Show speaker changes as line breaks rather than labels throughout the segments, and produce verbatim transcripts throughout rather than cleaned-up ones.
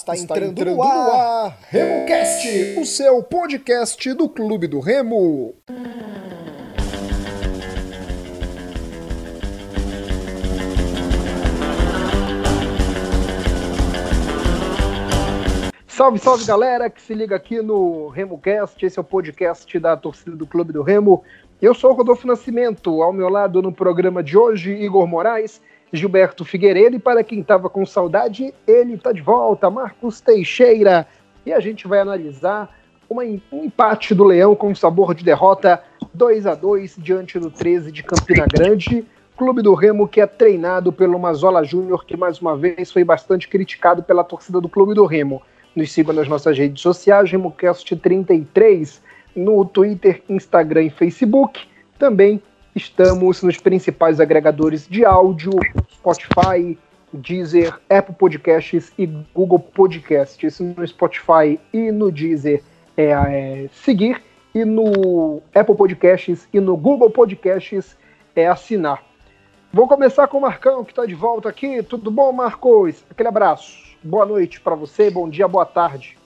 Está entrando, Está entrando no ar, no ar RemoCast, o seu podcast do Clube do Remo. Salve, salve galera que se liga aqui no RemoCast, esse é o podcast da torcida do Clube do Remo. Eu sou o Rodolfo Nascimento, ao meu lado no programa de hoje, Igor Moraes, Gilberto Figueiredo, e para quem estava com saudade, ele está de volta, Marcos Teixeira, e a gente vai analisar uma, um empate do Leão com sabor de derrota, dois a dois diante do treze de Campina Grande, Clube do Remo que é treinado pelo Mazola Júnior, que mais uma vez foi bastante criticado pela torcida do Clube do Remo. Nos sigam nas nossas redes sociais, RemoCast trinta e três, no Twitter, Instagram e Facebook. Também estamos nos principais agregadores de áudio, Spotify, Deezer, Apple Podcasts e Google Podcasts. No Spotify e no Deezer é, é seguir, e no Apple Podcasts e no Google Podcasts é assinar. Vou começar com o Marcão, que está de volta aqui. Tudo bom, Marcos? Aquele abraço. Boa noite para você, bom dia, boa tarde.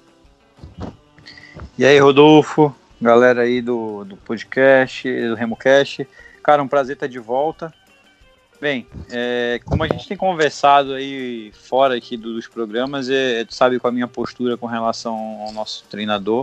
E aí, Rodolfo, galera aí do, do podcast, do RemoCast. Cara, um prazer estar de volta. Bem, é, como a gente tem conversado aí fora aqui dos programas, é, tu sabe qual a minha postura com relação ao nosso treinador.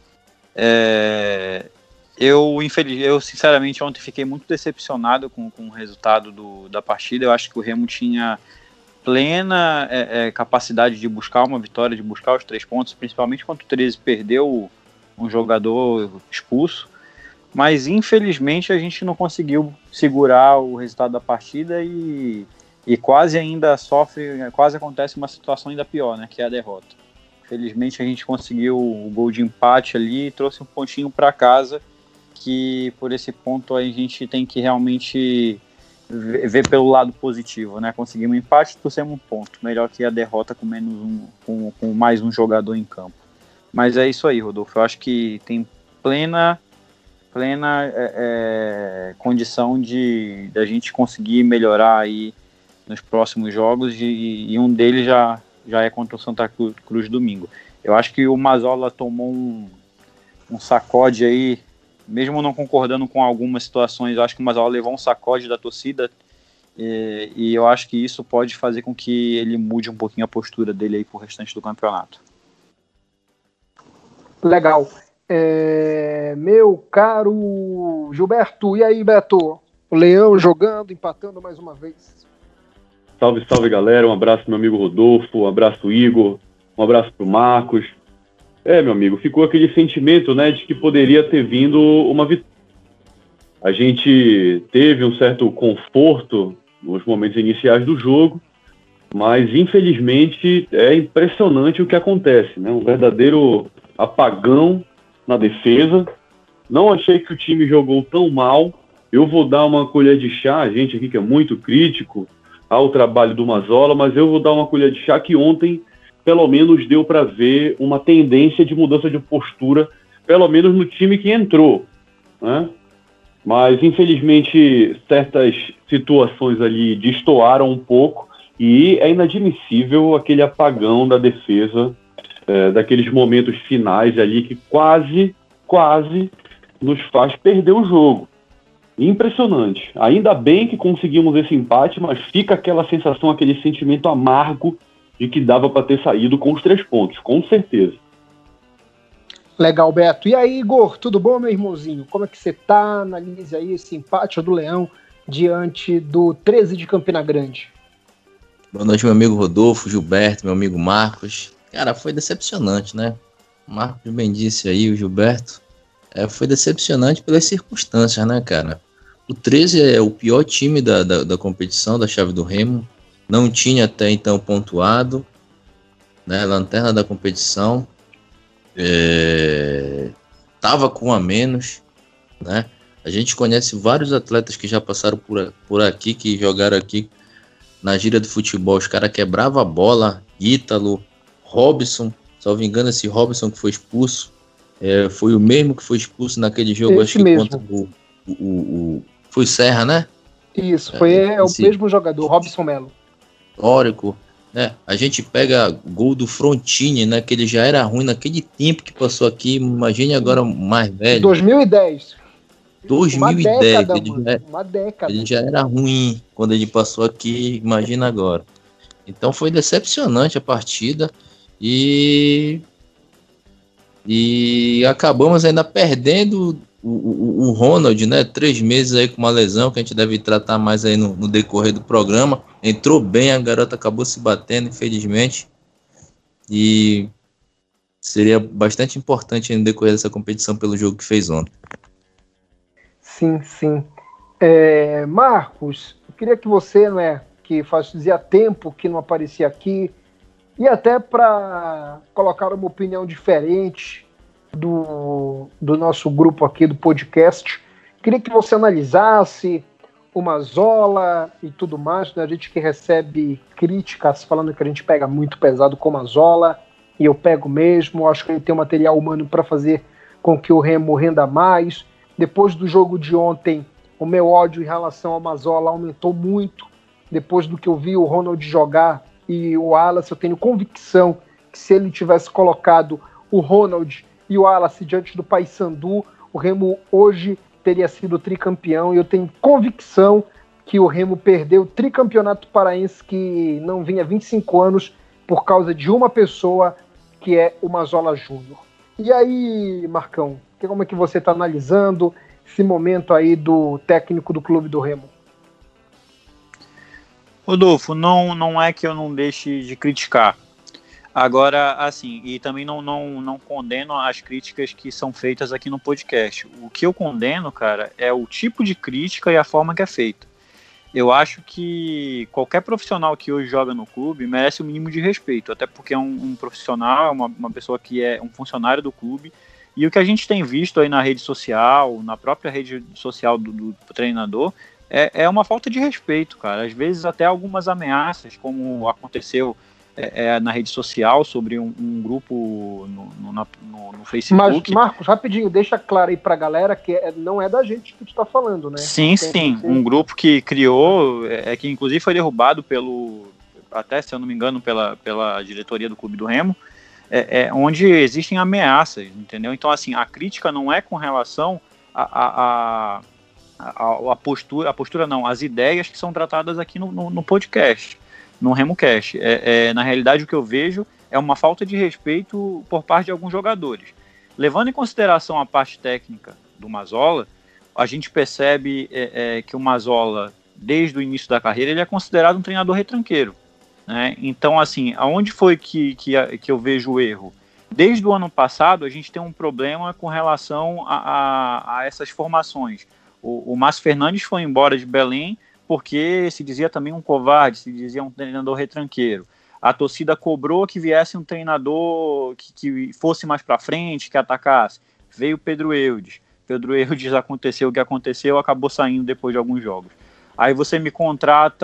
É, eu, infeliz, eu, sinceramente, ontem fiquei muito decepcionado com, com o resultado do, da partida. Eu acho que o Remo tinha plena é, é, capacidade de buscar uma vitória, de buscar os três pontos, principalmente quando o treze perdeu um jogador expulso, mas infelizmente a gente não conseguiu segurar o resultado da partida e, e quase ainda sofre, quase acontece uma situação ainda pior, né, que é a derrota. Felizmente a gente conseguiu o gol de empate ali e trouxe um pontinho para casa, que por esse ponto a gente tem que realmente ver pelo lado positivo, né? Conseguimos um empate, trouxemos um ponto. Melhor que a derrota com, menos um, com, com mais um jogador em campo. Mas é isso aí, Rodolfo. Eu acho que tem plena, plena é, é, condição de, de a gente conseguir melhorar aí nos próximos jogos e, e um deles já, já é contra o Santa Cruz, Cruz domingo. Eu acho que o Mazola tomou um, um sacode aí, mesmo não concordando com algumas situações. Eu acho que o Mazola levou um sacode da torcida e, e eu acho que isso pode fazer com que ele mude um pouquinho a postura dele aí pro restante do campeonato.
Legal. É, meu caro Gilberto, e aí, Beto? O Leão jogando, empatando mais uma vez.
Salve, salve, galera. Um abraço pro meu amigo Rodolfo, um abraço pro Igor, um abraço pro Marcos. É, meu amigo, ficou aquele sentimento, né, de que poderia ter vindo uma vitória. A gente teve um certo conforto nos momentos iniciais do jogo, mas infelizmente é impressionante o que acontece, né? Um verdadeiro apagão na defesa. Não achei que o time jogou tão mal. Eu vou dar uma colher de chá, a gente aqui que é muito crítico ao trabalho do Mazola, mas eu vou dar uma colher de chá que ontem pelo menos deu para ver uma tendência de mudança de postura, pelo menos no time que entrou, né? Mas, infelizmente, certas situações ali destoaram um pouco e é inadmissível aquele apagão da defesa, é, daqueles momentos finais ali que quase, quase nos faz perder o jogo. Impressionante. Ainda bem que conseguimos esse empate, mas fica aquela sensação, aquele sentimento amargo de que dava para ter saído com os três pontos, com certeza.
Legal, Beto. E aí, Igor, tudo bom, meu irmãozinho? Como é que você tá? Analise aí esse empate do Leão diante do treze de Campina Grande.
Boa noite, meu amigo Rodolfo, Gilberto, meu amigo Marcos. Cara, foi decepcionante, né? O Marcos bem disse aí, o Gilberto. É, foi decepcionante pelas circunstâncias, né, cara? O treze é o pior time da, da, da competição, da chave do Remo. Não tinha até então pontuado, né, lanterna da competição, estava é, com a menos, né? A gente conhece vários atletas que já passaram por, por aqui, que jogaram aqui na gíria do futebol. Os caras quebravam a bola, Ítalo, Robson, salvo engano, esse Robson que foi expulso, é, foi o mesmo que foi expulso naquele jogo,
esse
acho que
mesmo.
contra o, o, o, o... Foi Serra, né?
Isso, foi é, é o mesmo jogador, Robson Melo.
Histórico. né? A gente pega gol do Frontini, né? Que ele já era ruim naquele tempo que passou aqui. Imagine agora mais velho.
dois mil e dez.
dois mil e dez.
Uma década,
ele,
mano.
já,
Uma década.
ele já era ruim quando ele passou aqui. Imagina agora. Então foi decepcionante a partida. E... E acabamos ainda perdendo o, o, o Ronald, né? Três meses aí com uma lesão que a gente deve tratar mais aí no, no decorrer do programa. Entrou bem, a garota acabou se batendo, infelizmente. E seria bastante importante no decorrer dessa competição pelo jogo que fez ontem.
Sim, sim. É, Marcos, eu queria que você, né, que fazia tempo que não aparecia aqui, e até para colocar uma opinião diferente do, do nosso grupo aqui do podcast, queria que você analisasse o Mazzola e tudo mais, né? A gente que recebe críticas falando que a gente pega muito pesado com o Mazzola, e eu pego mesmo, acho que ele tem um material humano para fazer com que o Remo renda mais. Depois do jogo de ontem, o meu ódio em relação ao Mazzola aumentou muito, depois do que eu vi o Ronald jogar e o Wallace. Eu tenho convicção que se ele tivesse colocado o Ronald e o Wallace diante do Paysandu, o Remo hoje teria sido tricampeão, e eu tenho convicção que o Remo perdeu o tricampeonato paraense que não vinha há vinte e cinco anos por causa de uma pessoa, que é o Mazzola Júnior. E aí, Marcão, como é que você está analisando esse momento aí do técnico do Clube do Remo?
Rodolfo, não, não é que eu não deixe de criticar. Agora, assim, e também não, não, não condeno as críticas que são feitas aqui no podcast. O que eu condeno, cara, é o tipo de crítica e a forma que é feita. Eu acho que qualquer profissional que hoje joga no clube merece o mínimo de respeito, até porque é um, um profissional, uma, uma pessoa que é um funcionário do clube, e o que a gente tem visto aí na rede social, na própria rede social do, do treinador, é, é uma falta de respeito, cara. Às vezes até algumas ameaças, como aconteceu é, é, na rede social sobre um, um grupo no, no, na, no, no Facebook.
Mas, Marcos, rapidinho, deixa claro aí pra galera que é, não é da gente que tu tá falando, né?
Sim, sim, que... um grupo que criou, é, que inclusive foi derrubado pelo, até se eu não me engano, pela, pela diretoria do Clube do Remo, é, é, onde existem ameaças, entendeu? Então, assim, a crítica não é com relação a, a, a, a, a postura, a postura não, as ideias que são tratadas aqui no, no, no podcast, no RemoCast. É, é, na realidade, o que eu vejo é uma falta de respeito por parte de alguns jogadores. Levando em consideração a parte técnica do Mazzola, a gente percebe é, é, que o Mazzola, desde o início da carreira, ele é considerado um treinador retranqueiro, né? Então, assim, aonde foi que, que, que eu vejo o erro? Desde o ano passado, a gente tem um problema com relação a, a, a essas formações. O, o Márcio Fernandes foi embora de Belém porque se dizia também um covarde, se dizia um treinador retranqueiro. A torcida cobrou que viesse um treinador que, que fosse mais para frente, que atacasse. Veio Pedro Eudes. Pedro Eudes, aconteceu o que aconteceu, acabou saindo depois de alguns jogos. Aí você me contrata...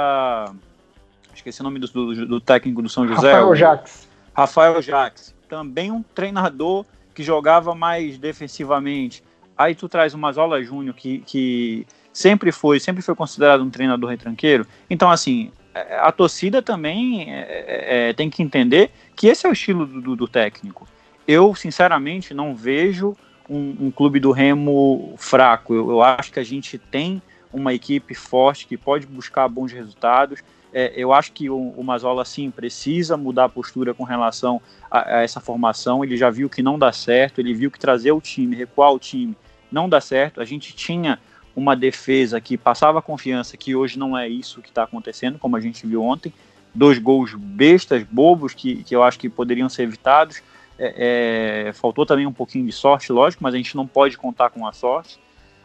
Esqueci o nome do, do, do técnico do São José.
Rafael Jacques.
Rafael Jacques. Também um treinador que jogava mais defensivamente. Aí tu traz o Mazzola Júnior, que, que sempre foi, sempre foi considerado um treinador retranqueiro. Então, assim, a torcida também é, é, tem que entender que esse é o estilo do, do técnico. Eu, sinceramente, não vejo um, um clube do Remo fraco. Eu, eu acho que a gente tem uma equipe forte que pode buscar bons resultados. É, eu acho que o, o Mazzola, sim, precisa mudar a postura com relação a, a essa formação. Ele já viu que não dá certo, ele viu que trazer o time, recuar o time, não dá certo. A gente tinha uma defesa que passava confiança, que hoje não é isso que está acontecendo, como a gente viu ontem. Dois gols bestas, bobos, que, que eu acho que poderiam ser evitados. É, é, faltou também um pouquinho de sorte, lógico, mas a gente não pode contar com a sorte.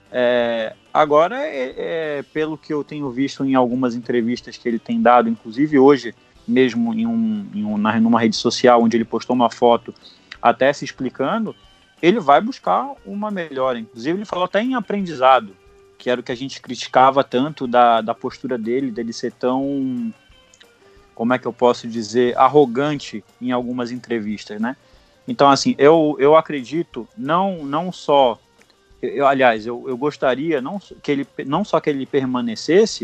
É, agora, é, é, pelo que eu tenho visto em algumas entrevistas que ele tem dado, inclusive hoje mesmo em um, em um, na, numa rede social, onde ele postou uma foto até se explicando, ele vai buscar uma melhora. Inclusive ele falou até em aprendizado, que era o que a gente criticava tanto da, da postura dele, dele ser tão, como é que eu posso dizer, arrogante em algumas entrevistas, né? Então, assim, eu, eu acredito, não, não só... Eu, aliás, eu, eu gostaria não, que ele, não só que ele permanecesse,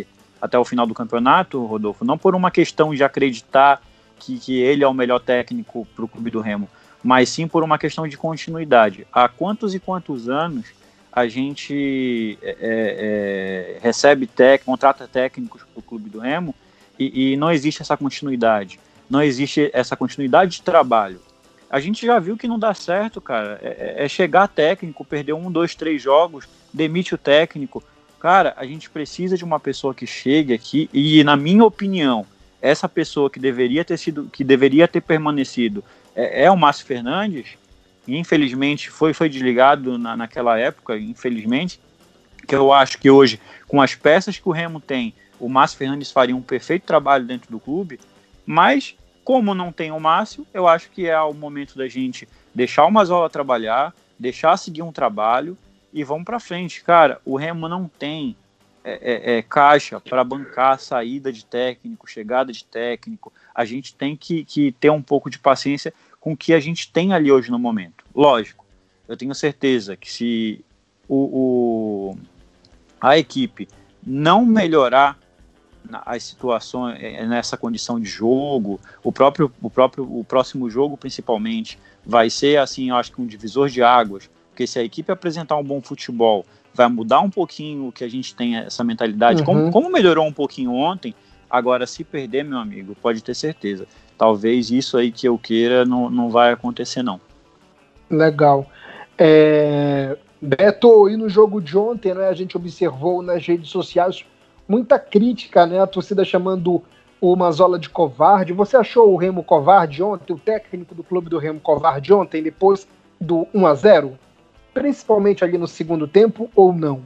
até o final do campeonato, Rodolfo, não por uma questão de acreditar que, que ele é o melhor técnico para o clube do Remo, mas sim por uma questão de continuidade. Há quantos e quantos anos a gente é, é, recebe técnico, contrata técnicos para o clube do Remo e, e não existe essa continuidade, não existe essa continuidade de trabalho. A gente já viu que não dá certo, cara, é, é chegar técnico, perder um, dois, três jogos, demite o técnico. Cara, a gente precisa de uma pessoa que chegue aqui e, na minha opinião, essa pessoa que deveria ter sido, que deveria ter permanecido é, é o Márcio Fernandes. E, infelizmente foi, foi desligado na, naquela época, infelizmente, que eu acho que hoje, com as peças que o Remo tem, o Márcio Fernandes faria um perfeito trabalho dentro do clube, mas como não tem o Márcio, eu acho que é o momento da gente deixar o Mazzola trabalhar, deixar seguir um trabalho e vamos para frente. Cara, o Remo não tem é, é, é, caixa para bancar a saída de técnico, chegada de técnico. A gente tem que, que ter um pouco de paciência com o que a gente tem ali hoje no momento. Lógico, eu tenho certeza que se o, o, a equipe não melhorar as situações nessa condição de jogo, o próprio, o próprio o próximo jogo principalmente vai ser assim, eu acho que um divisor de águas, porque se a equipe apresentar um bom futebol, vai mudar um pouquinho o que a gente tem, essa mentalidade, uhum. como, como melhorou um pouquinho ontem. Agora, se perder, meu amigo, pode ter certeza, talvez isso aí que eu queira não, não vai acontecer não.
Legal. É... Beto, e no jogo de ontem, né, a gente observou nas redes sociais muita crítica, né? A torcida chamando o Mazzola de covarde. Você achou o Remo covarde ontem? O técnico do clube do Remo covarde ontem, depois do um a zero? Principalmente ali no segundo tempo, ou não?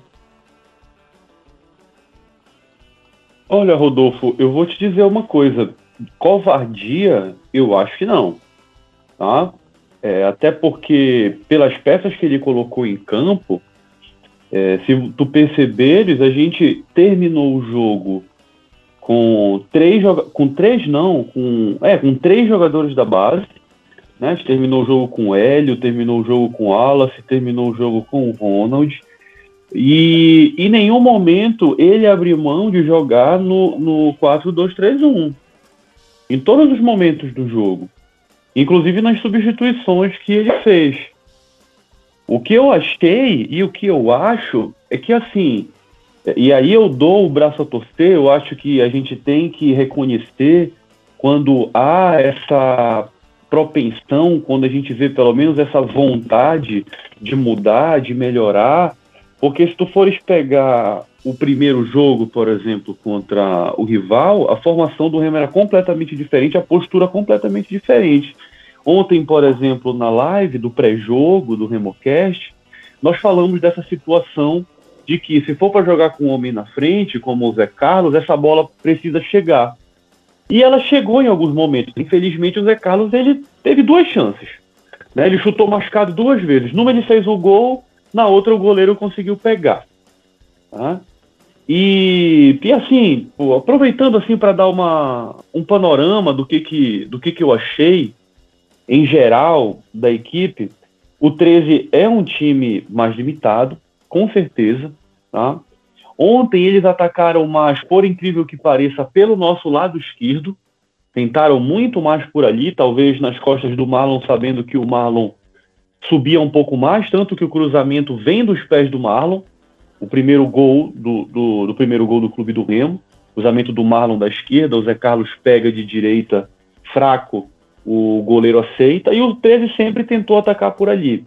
Olha, Rodolfo, eu vou te dizer uma coisa. Covardia, eu acho que não. Tá? É, até porque, pelas peças que ele colocou em campo, É, se tu perceberes, a gente terminou o jogo com três, com três não, com, é, com três jogadores da base, né? A gente terminou o jogo com o Hélio, terminou o jogo com o Wallace, terminou o jogo com o Ronald, e em nenhum momento ele abriu mão de jogar no, no quatro dois três um, em todos os momentos do jogo, inclusive nas substituições que ele fez. O que eu achei e o que eu acho é que, assim, e aí eu dou o braço a torcer, eu acho que a gente tem que reconhecer quando há essa propensão, quando a gente vê pelo menos essa vontade de mudar, de melhorar, porque se tu fores pegar o primeiro jogo, por exemplo, contra o rival, a formação do Remo era completamente diferente, a postura completamente diferente. Ontem, por exemplo, na live do pré-jogo do RemoCast, nós falamos dessa situação de que se for para jogar com um homem na frente, como o Zé Carlos, essa bola precisa chegar. E ela chegou em alguns momentos. Infelizmente, o Zé Carlos ele teve duas chances. Né? Ele chutou mascado duas vezes. Numa ele fez o gol, na outra o goleiro conseguiu pegar. Tá? E, e assim, pô, aproveitando assim para dar uma, um panorama do que, que, do que, que eu achei, em geral, da equipe, o treze é um time mais limitado, com certeza. Tá? Ontem eles atacaram mais, por incrível que pareça, pelo nosso lado esquerdo. Tentaram muito mais por ali, talvez nas costas do Marlon, sabendo que o Marlon subia um pouco mais, tanto que o cruzamento vem dos pés do Marlon. O primeiro gol do, do, do primeiro gol do clube do Remo. Cruzamento do Marlon da esquerda, o Zé Carlos pega de direita, fraco, o goleiro aceita, e o treze sempre tentou atacar por ali.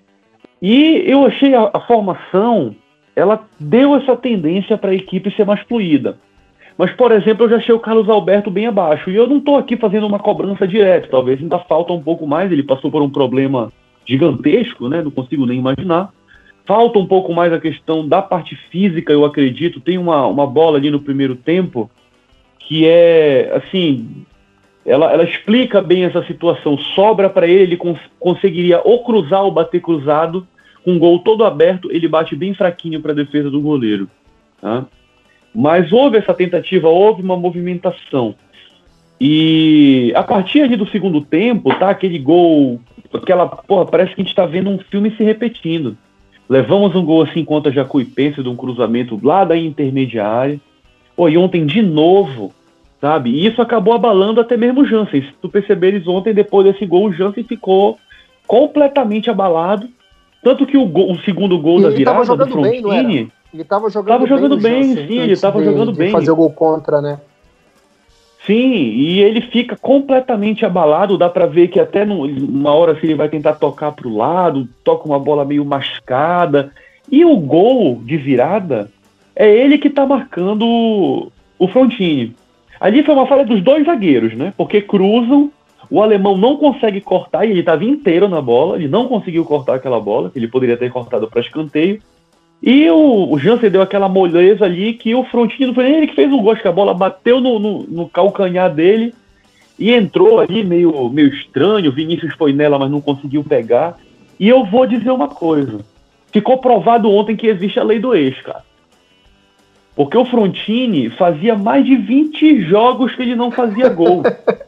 E eu achei a, a formação, ela deu essa tendência para a equipe ser mais fluida. Mas, por exemplo, eu já achei o Carlos Alberto bem abaixo, e eu não estou aqui fazendo uma cobrança direta, talvez ainda falta um pouco mais, ele passou por um problema gigantesco, né? Não consigo nem imaginar. Falta um pouco mais a questão da parte física, eu acredito. Tem uma, uma bola ali no primeiro tempo que é, assim... Ela, ela explica bem essa situação. Sobra para ele, ele cons- conseguiria ou cruzar ou bater cruzado, com o gol todo aberto, ele bate bem fraquinho para a defesa do goleiro. Tá? Mas houve essa tentativa, houve uma movimentação. E a partir ali do segundo tempo, tá, aquele gol, aquela, porra, parece que a gente está vendo um filme se repetindo. Levamos um gol assim contra a Jacuipense, de um cruzamento lá da intermediária. Pô, e ontem de novo, sabe? E isso acabou abalando até mesmo o Jansen. Se tu perceberes ontem, depois desse gol, o Jansen ficou completamente abalado. Tanto que o, gol, o segundo gol
e
da
ele
virada
tava jogando
do Frontini...
bem, não era? Ele tava jogando
tava
bem,
jogando bem,
Jansen,
sim, ele tava
de,
jogando
de
bem.
fazer o gol contra, né?
Sim, e ele fica completamente abalado, dá pra ver que até numa hora assim, ele vai tentar tocar pro lado, toca uma bola meio mascada, e o gol de virada é ele que tá marcando o Frontini. Ali foi uma falha dos dois zagueiros, né, porque cruzam, o alemão não consegue cortar, e ele tava inteiro na bola, ele não conseguiu cortar aquela bola, que ele poderia ter cortado para escanteio. E o, o Jansen deu aquela moleza ali que o Frontini não foi nem ele que fez o gol, que a bola bateu no, no, no calcanhar dele e entrou ali meio, meio estranho. O Vinícius foi nela, mas não conseguiu pegar. E eu vou dizer uma coisa. Ficou provado ontem que existe a lei do ex, cara. Porque o Frontini fazia mais de vinte jogos que ele não fazia gol.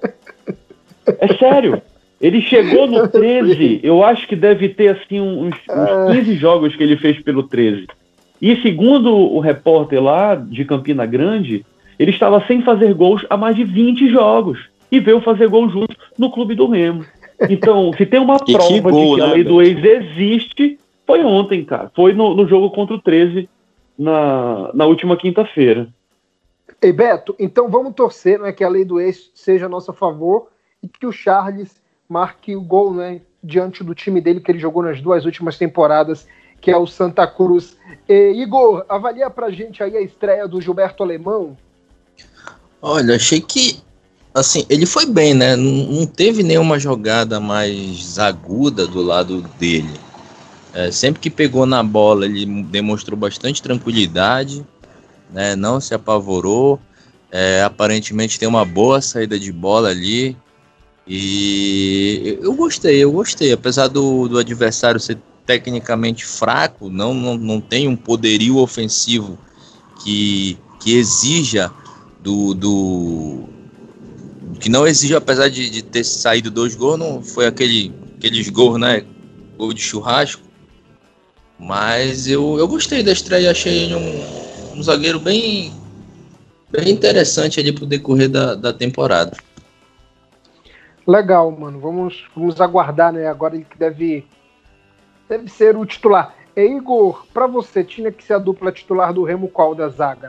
É sério. Ele chegou no treze, eu acho que deve ter assim uns, uns quinze jogos que ele fez pelo treze. E segundo o repórter lá de Campina Grande, ele estava sem fazer gols há mais de vinte jogos. E veio fazer gol junto no Clube do Remo. Então, se tem uma prova gol, de que né, a lei do ex existe, foi ontem, cara. Foi no, no jogo contra o treze, na, na última quinta-feira.
Ei, Beto, então vamos torcer, né, que a lei do ex seja a nosso favor e que o Charles marque o gol, né, diante do time dele que ele jogou nas duas últimas temporadas, que é o Santa Cruz. E, Igor, avalia pra gente aí a estreia do Gilberto Alemão.
Olha, achei que, assim, ele foi bem, né, não, não teve nenhuma jogada mais aguda do lado dele. É, sempre que pegou na bola, ele demonstrou bastante tranquilidade, né, não se apavorou, é, aparentemente tem uma boa saída de bola ali. E eu gostei, eu gostei, apesar do, do adversário ser tecnicamente fraco, não, não, não tem um poderio ofensivo que, que exija do, do que não exija, apesar de, de ter saído dois gols, não foi aquele, aqueles gols, né, gol de churrasco, mas eu, eu gostei da estreia, achei ele um, um zagueiro bem, bem interessante ali pro decorrer da, da temporada.
Legal, mano. Vamos, vamos aguardar, né? Agora ele que deve, deve ser o titular. E Igor, pra você, tinha que ser a dupla titular do Remo qual da zaga?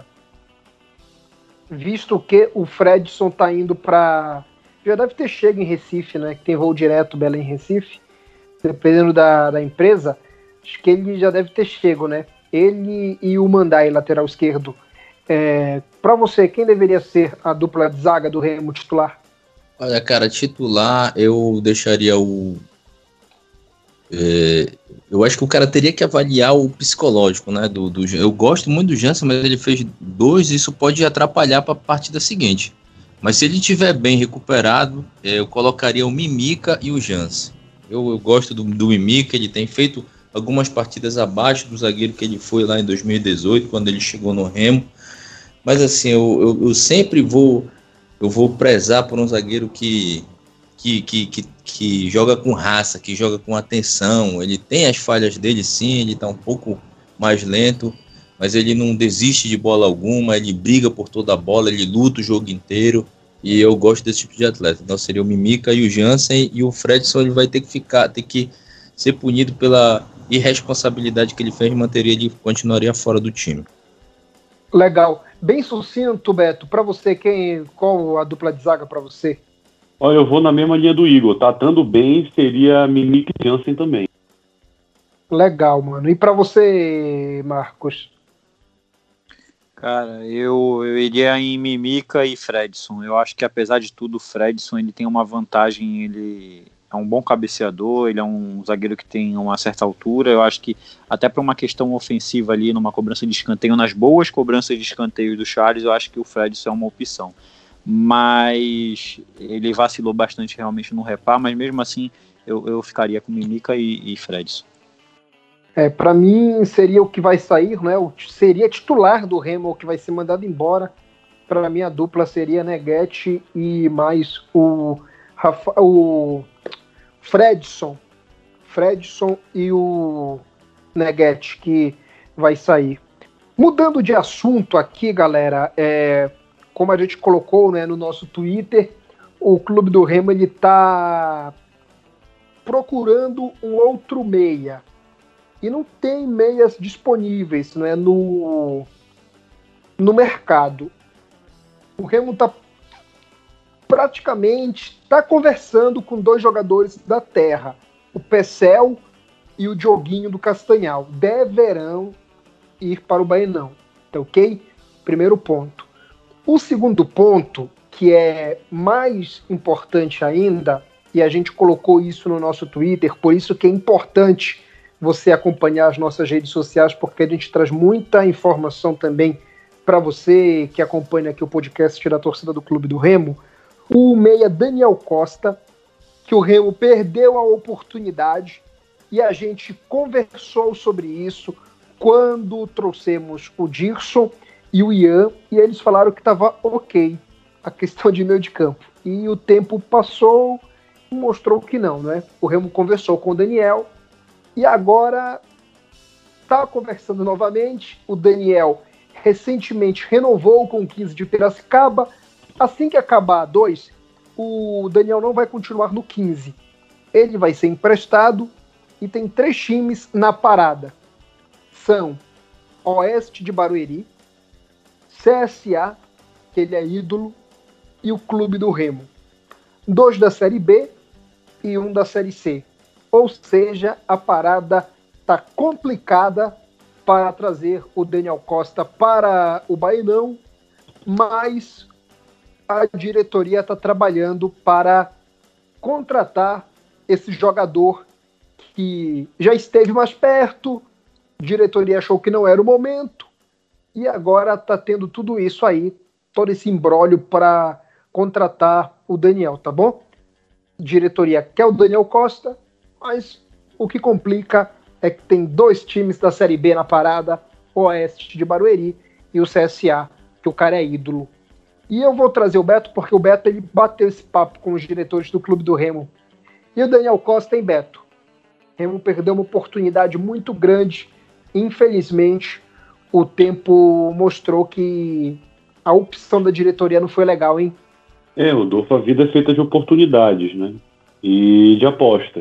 Visto que o Fredson tá indo pra... Já deve ter chego em Recife, né? Que tem voo direto Belém-Recife. Dependendo da, da empresa, acho que ele já deve ter chego, né? Ele e o Mandai, lateral esquerdo. É, pra você, quem deveria ser a dupla de zaga do Remo titular?
Olha, cara, titular, eu deixaria o... É, eu acho que o cara teria que avaliar o psicológico, né? Do, do, eu gosto muito do Jansen, mas ele fez dois, isso pode atrapalhar para a partida seguinte. Mas se ele estiver bem recuperado, é, eu colocaria o Mimica e o Jansen. Eu, eu gosto do, do Mimica, ele tem feito algumas partidas abaixo do zagueiro que ele foi lá em dois mil e dezoito, quando ele chegou no Remo. Mas assim, eu, eu, eu sempre vou... Eu vou prezar por um zagueiro que, que, que, que, que joga com raça, que joga com atenção. Ele tem as falhas dele, sim, ele está um pouco mais lento, mas ele não desiste de bola alguma, ele briga por toda a bola, ele luta o jogo inteiro, e eu gosto desse tipo de atleta. Então seria o Mimica e o Jansen, e o Fredson ele vai ter que ficar, ter que ser punido pela irresponsabilidade que ele fez, manteria, ele continuaria fora do time.
Legal. Bem sucinto, Beto. Para você, quem, qual a dupla de zaga para você?
Olha, eu vou na mesma linha do Igor. Tá estando bem, seria Mimica e Jansen também.
Legal, mano. E para você, Marcos?
Cara, eu, eu iria em Mimica e Fredson. Eu acho que apesar de tudo, o Fredson ele tem uma vantagem, ele é um bom cabeceador, ele é um zagueiro que tem uma certa altura. Eu acho que até para uma questão ofensiva ali, numa cobrança de escanteio, nas boas cobranças de escanteio do Charles, eu acho que o Fredson é uma opção. Mas ele vacilou bastante realmente no repar, mas mesmo assim eu, eu ficaria com Mimica e, e Fredson.
É, para mim seria o que vai sair, né? O, seria titular do Remo, o que vai ser mandado embora. Para mim a dupla seria Neguete e mais o, Rafa, o Fredson. Fredson e o Neguete que vai sair. Mudando de assunto aqui, galera, é, como a gente colocou, né, no nosso Twitter, o Clube do Remo ele está procurando um outro meia. E não tem meias disponíveis, né, no, no mercado. O Remo está praticamente tá conversando com dois jogadores da terra, o Pecel e o Dioguinho do Castanhal. Deverão ir para o Baenão, tá ok? Primeiro ponto. O segundo ponto, que é mais importante ainda, e a gente colocou isso no nosso Twitter, por isso que é importante você acompanhar as nossas redes sociais, porque a gente traz muita informação também para você que acompanha aqui o podcast da torcida do Clube do Remo. O meia Daniel Costa, que o Remo perdeu a oportunidade, e a gente conversou sobre isso quando trouxemos o Dirson e o Ian, e eles falaram que estava ok a questão de meio de campo. E o tempo passou e mostrou que não, né? O Remo conversou com o Daniel, e agora está conversando novamente. O Daniel recentemente renovou com o quinze de Piracicaba. Assim que acabar a dois, o Daniel não vai continuar no quinze. Ele vai ser emprestado e tem três times na parada. São Oeste de Barueri, C S A, que ele é ídolo, e o Clube do Remo. Dois da Série B e um da Série C. Ou seja, a parada está complicada para trazer o Daniel Costa para o Baenão, mas a diretoria está trabalhando para contratar esse jogador que já esteve mais perto, a diretoria achou que não era o momento, e agora está tendo tudo isso aí, todo esse imbróglio para contratar o Daniel, tá bom? A diretoria quer o Daniel Costa, mas o que complica é que tem dois times da Série B na parada, o Oeste de Barueri e o C S A, que o cara é ídolo. E eu vou trazer o Beto, porque o Beto ele bateu esse papo com os diretores do Clube do Remo. E o Daniel Costa em Beto. O Remo perdeu uma oportunidade muito grande. Infelizmente, o tempo mostrou que a opção da diretoria não foi legal, hein?
É, Rodolfo, a vida é feita de oportunidades, né? E de apostas.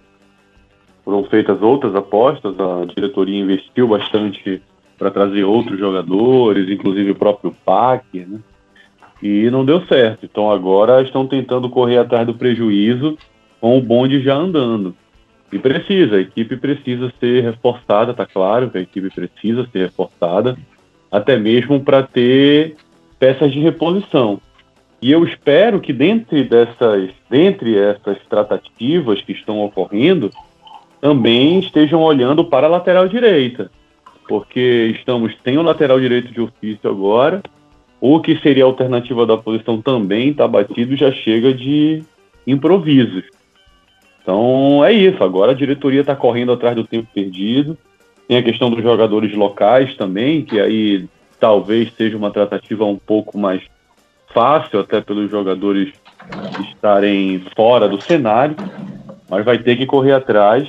Foram feitas outras apostas, a diretoria investiu bastante para trazer outros jogadores, inclusive o próprio Pac, né? E não deu certo. Então agora estão tentando correr atrás do prejuízo com o bonde já andando. E precisa, a equipe precisa ser reforçada, tá claro que a equipe precisa ser reforçada, até mesmo para ter peças de reposição. E eu espero que dentre, dessas, dentre essas tratativas que estão ocorrendo, também estejam olhando para a lateral direita, porque estamos sem o lateral direito de ofício agora, o que seria a alternativa da posição também está batido, já chega de improvisos. Então é isso, agora a diretoria está correndo atrás do tempo perdido, tem a questão dos jogadores locais também, que aí talvez seja uma tratativa um pouco mais fácil, até pelos jogadores estarem fora do cenário, mas vai ter que correr atrás.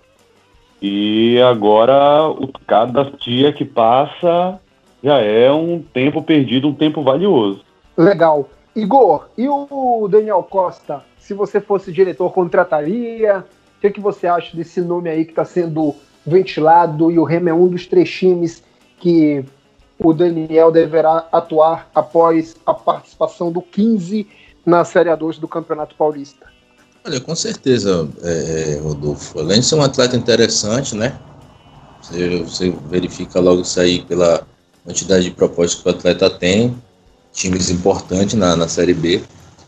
E agora, o, cada dia que passa já é um tempo perdido, um tempo valioso.
Legal. Igor, e o Daniel Costa, se você fosse diretor, contrataria? O que, que você acha desse nome aí que está sendo ventilado, e o Remo é um dos três times que o Daniel deverá atuar após a participação do quinze na Série A dois do Campeonato Paulista?
Olha, com certeza, é, Rodolfo. Além de ser um atleta interessante, né? Você, você verifica logo isso aí pela quantidade de propostas que o atleta tem, times importantes na, na Série B,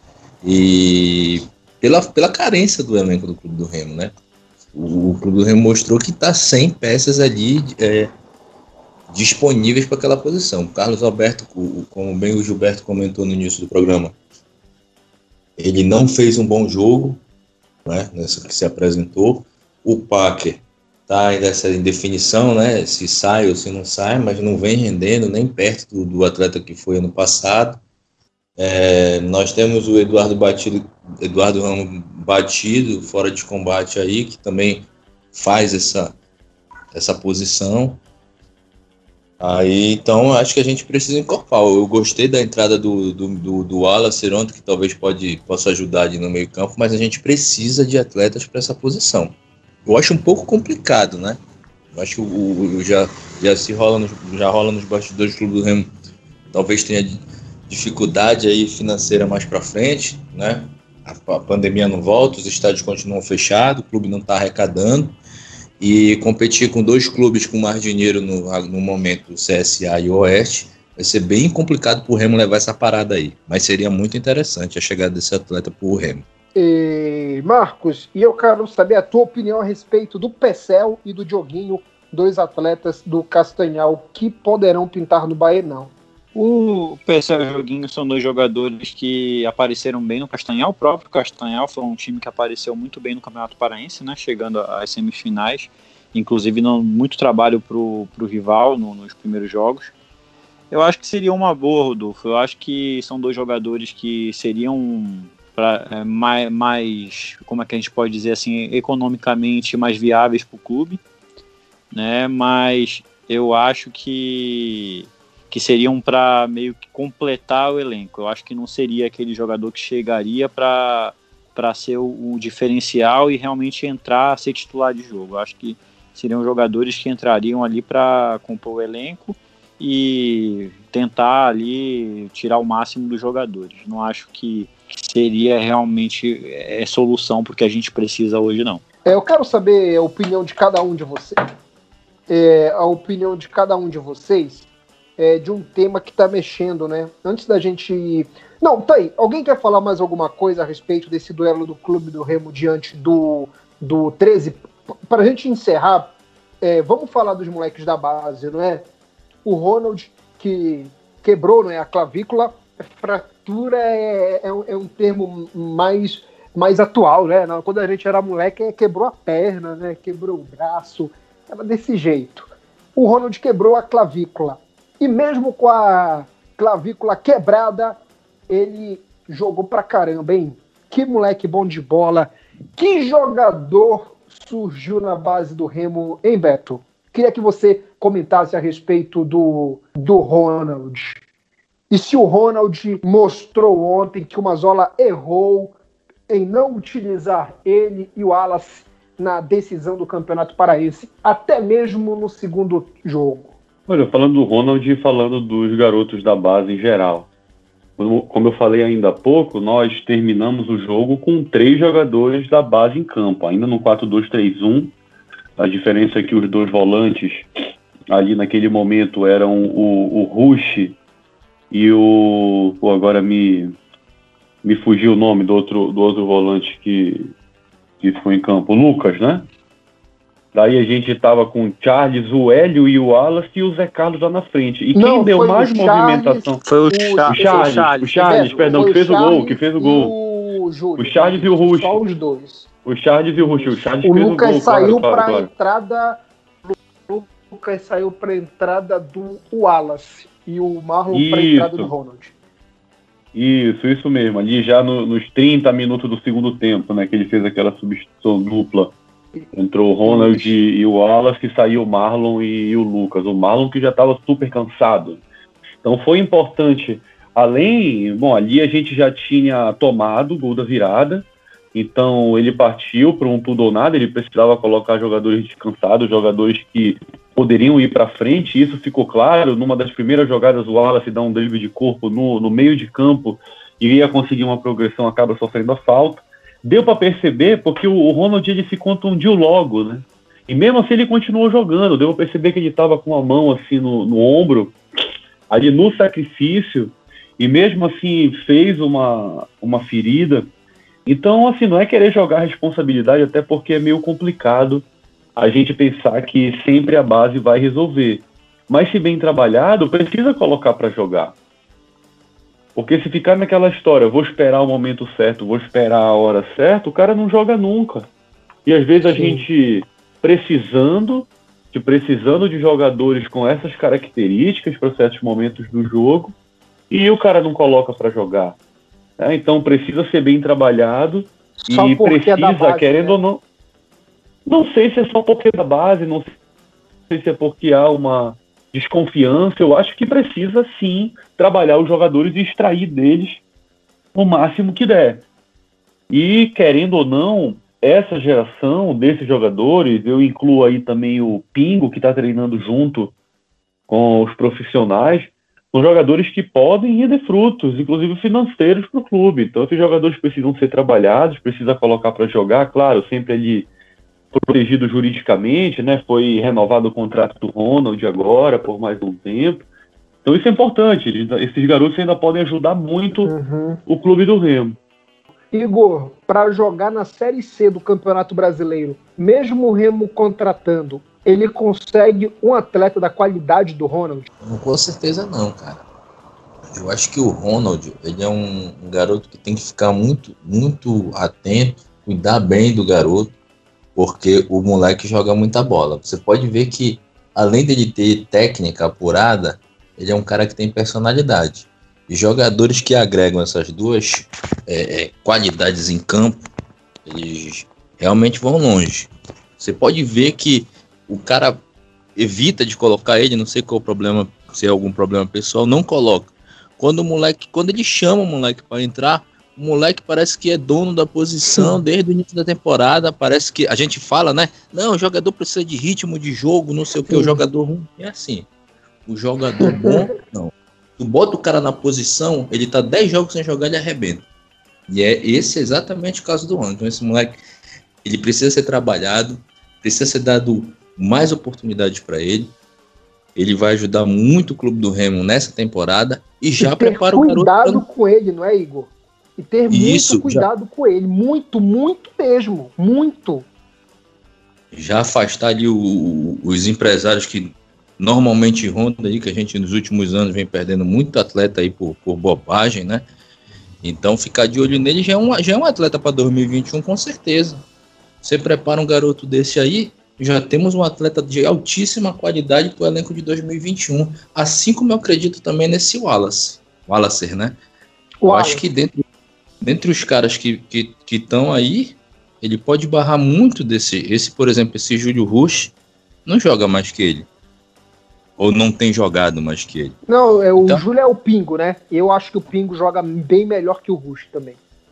e pela, pela carência do elenco do Clube do Remo, né? O, o Clube do Remo mostrou que está sem peças ali é, disponíveis para aquela posição. O Carlos Alberto, como bem o Gilberto comentou no início do programa, ele não fez um bom jogo, né, nessa que se apresentou. O Packer está ainda essa indefinição, né, se sai ou se não sai, mas não vem rendendo nem perto do, do atleta que foi ano passado. É, nós temos o Eduardo Batido, Eduardo Ramos batido, fora de combate aí, que também faz essa, essa posição. Aí, então, acho que a gente precisa incorporar. Eu gostei da entrada do, do, do, do Wallace, que talvez pode, possa ajudar ali no meio campo, mas a gente precisa de atletas para essa posição. Eu acho um pouco complicado, né? Eu acho que o, o, já, já, se rola nos, já rola nos bastidores do Clube do Remo, talvez tenha dificuldade aí financeira mais para frente, né? A, a pandemia não volta, os estádios continuam fechados, o clube não está arrecadando. E competir com dois clubes com mais dinheiro no, no momento, o C S A e o Oeste, vai ser bem complicado para o Remo levar essa parada aí. Mas seria muito interessante a chegada desse atleta para o Remo.
E, Marcos, e eu quero saber a tua opinião a respeito do Pecel e do Dioguinho, dois atletas do Castanhal que poderão pintar no Baenão.
O Pecel e o Dioguinho são dois jogadores que apareceram bem no Castanhal. O próprio Castanhal foi um time que apareceu muito bem no Campeonato Paraense, né, chegando às semifinais, inclusive dando muito trabalho para o rival no, nos primeiros jogos. Eu acho que seria uma boa, Rodolfo. Eu acho que são dois jogadores que seriam pra, é, mais, mais, como é que a gente pode dizer assim, economicamente mais viáveis para o clube, né? Mas eu acho que que seriam para meio que completar o elenco. Eu acho que não seria aquele jogador que chegaria para para ser o, o diferencial e realmente entrar, ser titular de jogo. Eu acho que seriam jogadores que entrariam ali para compor o elenco e tentar ali tirar o máximo dos jogadores. Não acho que seria realmente é, solução porque a gente precisa hoje, não.
É, eu quero saber a opinião de cada um de vocês. É, a opinião de cada um de vocês é, de um tema que está mexendo, né? Antes da gente... Não, tá aí. Alguém quer falar mais alguma coisa a respeito desse duelo do Clube do Remo diante do, do treze? Para a gente encerrar, é, vamos falar dos moleques da base, não é? O Ronald, que quebrou, né, a clavícula, fratura é, é, é um termo mais, mais atual, né? Quando a gente era moleque, quebrou a perna, né? Quebrou o braço, era desse jeito. O Ronald quebrou a clavícula. E mesmo com a clavícula quebrada, ele jogou pra caramba, hein? Que moleque bom de bola. Que jogador surgiu na base do Remo, hein, Beto? Queria que você comentasse a respeito do, do Ronald. E se o Ronald mostrou ontem que o Mazzola errou em não utilizar ele e o Wallace na decisão do Campeonato Paraense, até mesmo no segundo jogo.
Olha, falando do Ronald e falando dos garotos da base em geral. Como eu falei ainda há pouco, nós terminamos o jogo com três jogadores da base em campo, ainda no quatro dois três um. A diferença é que os dois volantes ali naquele momento eram o, o Rush e o... Pô, agora me, me fugiu o nome do outro, do outro volante que, que foi em campo, o Lucas, né? Daí a gente estava com o Charles, o Hélio e o Wallace e o Zé Carlos lá na frente. E
Não,
quem deu mais movimentação?
Foi o,
o
Charles,
Charles, o Charles, o Charles perdão, que fez o gol, que fez o gol.
O, Júlio,
o Charles e o Rush.
Só os dois.
O Charles e o Rush. O Charles
o
fez
Lucas
o gol,
saiu
claro, claro,
para a
claro.
entrada. O Lucas saiu para a entrada do Wallace e o Marlon para a entrada do Ronald.
Isso, isso mesmo. Ali já no, nos trinta minutos do segundo tempo, né, que ele fez aquela substituição dupla. Entrou o Ronald e, e o Wallace, e saiu o Marlon e, e o Lucas. O Marlon que já estava super cansado. Então foi importante. Além, bom, ali a gente já tinha tomado o gol da virada. Então ele partiu para um tudo ou nada. Ele precisava colocar jogadores descansados, jogadores que poderiam ir para frente. Isso ficou claro. Numa das primeiras jogadas, o Wallace dá um drible de corpo no, no meio de campo. Iria conseguir uma progressão, acaba sofrendo a falta. Deu para perceber porque o Ronald ele se contundiu logo, né? E mesmo assim ele continuou jogando. Deu para perceber que ele estava com a mão assim no, no ombro, ali no sacrifício, e mesmo assim fez uma, uma ferida. Então, assim, não é querer jogar responsabilidade, até porque é meio complicado a gente pensar que sempre a base vai resolver. Mas se bem trabalhado, precisa colocar para jogar. Porque se ficar naquela história, vou esperar o momento certo, vou esperar a hora certa, o cara não joga nunca. E às vezes a Sim. gente precisando de, precisando de jogadores com essas características para certos momentos do jogo, e o cara não coloca para jogar. É, então precisa ser bem trabalhado só e precisa, é base, querendo né? ou não... Não sei se é só porque é da base, não sei se é porque há uma... desconfiança, eu acho que precisa sim trabalhar os jogadores e extrair deles o máximo que der. E, querendo ou não, essa geração desses jogadores, eu incluo aí também o Pingo, que está treinando junto com os profissionais, são jogadores que podem render frutos, inclusive financeiros, para o clube. Então, esses jogadores precisam ser trabalhados, precisa colocar para jogar, claro, sempre ali protegido juridicamente, né? Foi renovado o contrato do Ronald agora, por mais um tempo. Então, isso é importante. Esses garotos ainda podem ajudar muito uhum. o clube do Remo.
Igor, para jogar na Série C do Campeonato Brasileiro, mesmo o Remo contratando, ele consegue um atleta da qualidade do Ronald?
Com certeza não, cara. Eu acho que o Ronald, ele é um, um garoto que tem que ficar muito, muito atento, cuidar bem do garoto, porque o moleque joga muita bola. Você pode ver que, além dele ter técnica apurada, ele é um cara que tem personalidade. E jogadores que agregam essas duas é, é, qualidades em campo, eles realmente vão longe. Você pode ver que o cara evita de colocar ele, não sei qual é o problema, se é algum problema pessoal, não coloca. Quando o moleque, quando ele chama o moleque para entrar, o moleque parece que é dono da posição desde o início da temporada. Parece que a gente fala, né? Não, o jogador precisa de ritmo de jogo, não sei o que, o jogador ruim. É assim. O jogador bom, não. Tu bota o cara na posição, ele tá dez jogos sem jogar, ele arrebenta. E é esse exatamente o caso do Ronald. Então esse moleque, ele precisa ser trabalhado, precisa ser dado mais oportunidades para ele. Ele vai ajudar muito o clube do Remo nessa temporada e já
e ter
prepara o garoto.
Cuidado com ele, não é, Igor? E ter
Isso,
muito cuidado já... com ele. Muito, muito mesmo. Muito.
Já afastar ali o, os empresários que normalmente rondam aí, que a gente nos últimos anos vem perdendo muito atleta aí por, por bobagem, né? Então ficar de olho nele já é um, já é um atleta para dois mil e vinte e um com certeza. Você prepara um garoto desse aí, já temos um atleta de altíssima qualidade para o elenco de dois mil e vinte e um. Assim como eu acredito também nesse Wallace. Wallacer, né? Eu Wallace. Acho que dentro, dentre os caras que estão aí, ele pode barrar muito desse. Esse, por exemplo, esse Júlio Rush não joga mais que ele. Ou não tem jogado mais que ele.
Não, é, o então, Júlio é o Pingo, né? Eu acho que o Pingo joga bem melhor que o Rush também.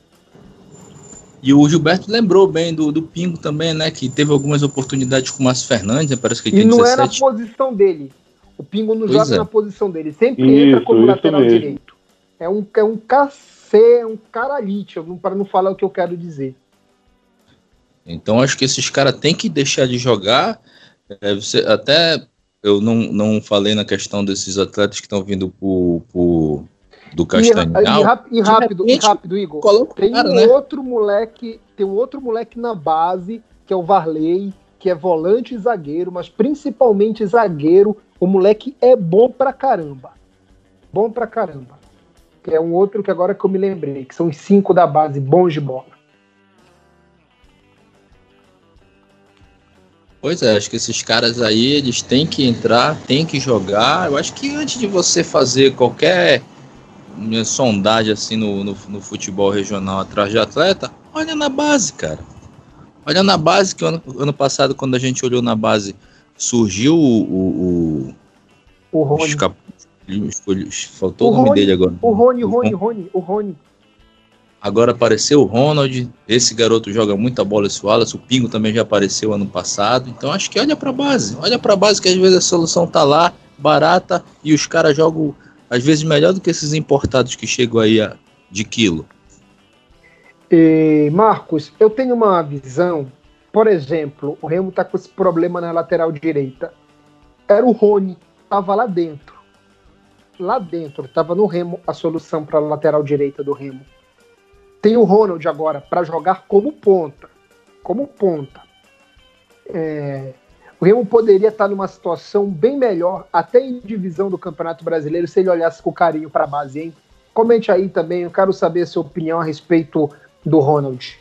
E o Gilberto lembrou bem do, do Pingo também, né? Que teve algumas oportunidades com o Márcio Fernandes, né? Parece que ele
e
tem
não
dezessete.
É na posição dele. O Pingo não
pois
joga
é.
na posição dele. Sempre
isso,
entra como lateral
mesmo.
direito. É um, é um cacê, é um caralite, para não falar o que eu quero dizer.
Então acho que esses caras têm que deixar de jogar. É, você, até eu não, não falei na questão desses atletas que estão vindo por, por, do Castanhal.
E, e, e, rápido, e rápido, Igor. Tem
cara,
um
né?
outro moleque, tem um outro moleque na base, que é o Varley, que é volante e zagueiro, mas principalmente zagueiro. O moleque é bom pra caramba. Bom pra caramba. Que é um outro que agora que eu me lembrei, que são os cinco da base, bons de bola.
Pois é, acho que esses caras aí, eles têm que entrar, têm que jogar. Eu acho que antes de você fazer qualquer sondagem assim no, no, no futebol regional atrás de atleta, olha na base, cara. Olha na base, que ano, ano passado, quando a gente olhou na base, surgiu o... O,
o Rony.
Escap... Faltou o, o nome
Rony,
dele agora.
O Rony, o Rony, o Rony, o Rony.
Agora apareceu o Ronald, esse garoto joga muita bola, esse Wallace, o Pingo também já apareceu ano passado, então acho que olha pra base, olha pra base que às vezes a solução tá lá, barata, e os caras jogam às vezes melhor do que esses importados que chegam aí a, de quilo.
E, Marcos, eu tenho uma visão, por exemplo, o Remo tá com esse problema na lateral direita, era o Rony, tava lá dentro, lá dentro, tava no Remo a solução para a lateral direita do Remo. Tem o Ronald agora para jogar como ponta. Como ponta. É, o Remo poderia estar numa situação bem melhor, até em divisão do Campeonato Brasileiro, se ele olhasse com carinho para a base, hein? Comente aí também, eu quero saber a sua opinião a respeito do Ronald.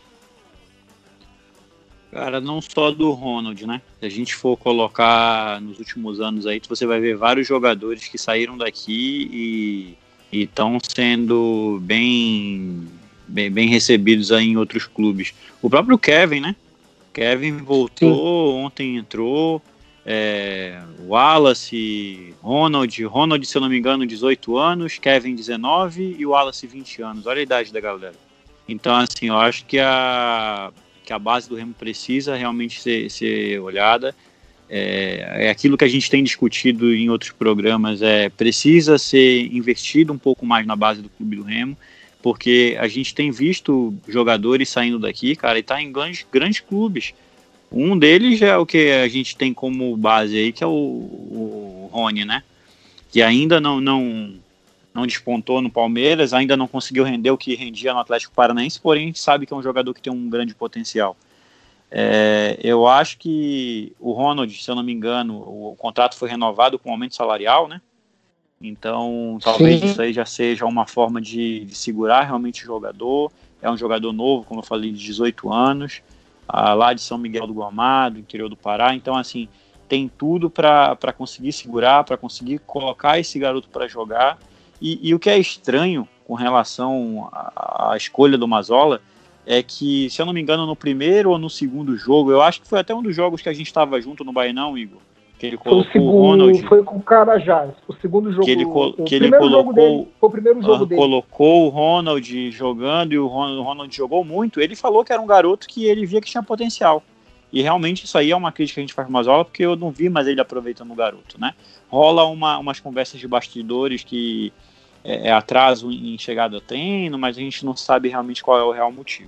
Cara, não só do Ronald, né? Se a gente for colocar nos últimos anos aí, você vai ver vários jogadores que saíram daqui e estão sendo bem... Bem, bem recebidos aí em outros clubes. O próprio Kevin, né? Kevin voltou, Sim. ontem entrou, é, Wallace, Ronald, Ronald, se eu não me engano, dezoito anos, Kevin, dezenove e o Wallace, vinte anos. Olha a idade da galera. Então, assim, eu acho que a, que a base do Remo precisa realmente ser, ser olhada. É, é aquilo que a gente tem discutido em outros programas, é, precisa ser investido um pouco mais na base do clube do Remo, porque a gente tem visto jogadores saindo daqui, cara, e tá em grandes, grandes clubes. Um deles é o que a gente tem como base aí, que é o, o Rony, né? Que ainda não, não, não despontou no Palmeiras, ainda não conseguiu render o que rendia no Atlético Paranaense, porém a gente sabe que é um jogador que tem um grande potencial. É, eu acho que o Ronald, se eu não me engano, o, o contrato foi renovado com aumento salarial, né? Então, talvez Sim. isso aí já seja uma forma de, de segurar realmente o jogador. É um jogador novo, como eu falei, de dezoito anos, ah, lá de São Miguel do Guamá, do interior do Pará. Então, assim, tem tudo para conseguir segurar, para conseguir colocar esse garoto para jogar. E, e o que é estranho com relação à, à escolha do Mazzola é que, se eu não me engano, no primeiro ou no segundo jogo, eu acho que foi até um dos jogos que a gente estava junto no Bainão, Igor, que ele colocou
foi o, segundo,
o Ronald.
Foi com o Carajás, o segundo jogo.
Que ele, co
o
que ele colocou,
dele, foi o primeiro jogo
uh,
dele.
Colocou o Ronald jogando e o Ronald, o Ronald jogou muito. Ele falou que era um garoto que ele via que tinha potencial. E realmente isso aí é uma crítica que a gente faz pro Mazzola, porque eu não vi mais ele aproveitando o garoto, né? Rola uma, umas conversas de bastidores que é, é atraso em chegada ao treino, mas a gente não sabe realmente qual é o real motivo.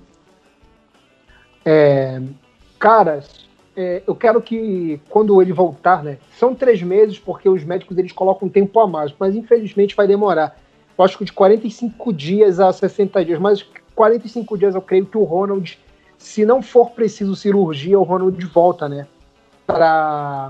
É, caras, é, eu quero que quando ele voltar, né? São três meses, porque os médicos eles colocam um tempo a mais, mas infelizmente vai demorar. Eu acho que de quarenta e cinco dias a sessenta dias, mas quarenta e cinco dias eu creio que o Ronald, se não for preciso cirurgia, o Ronald volta, né? Pra,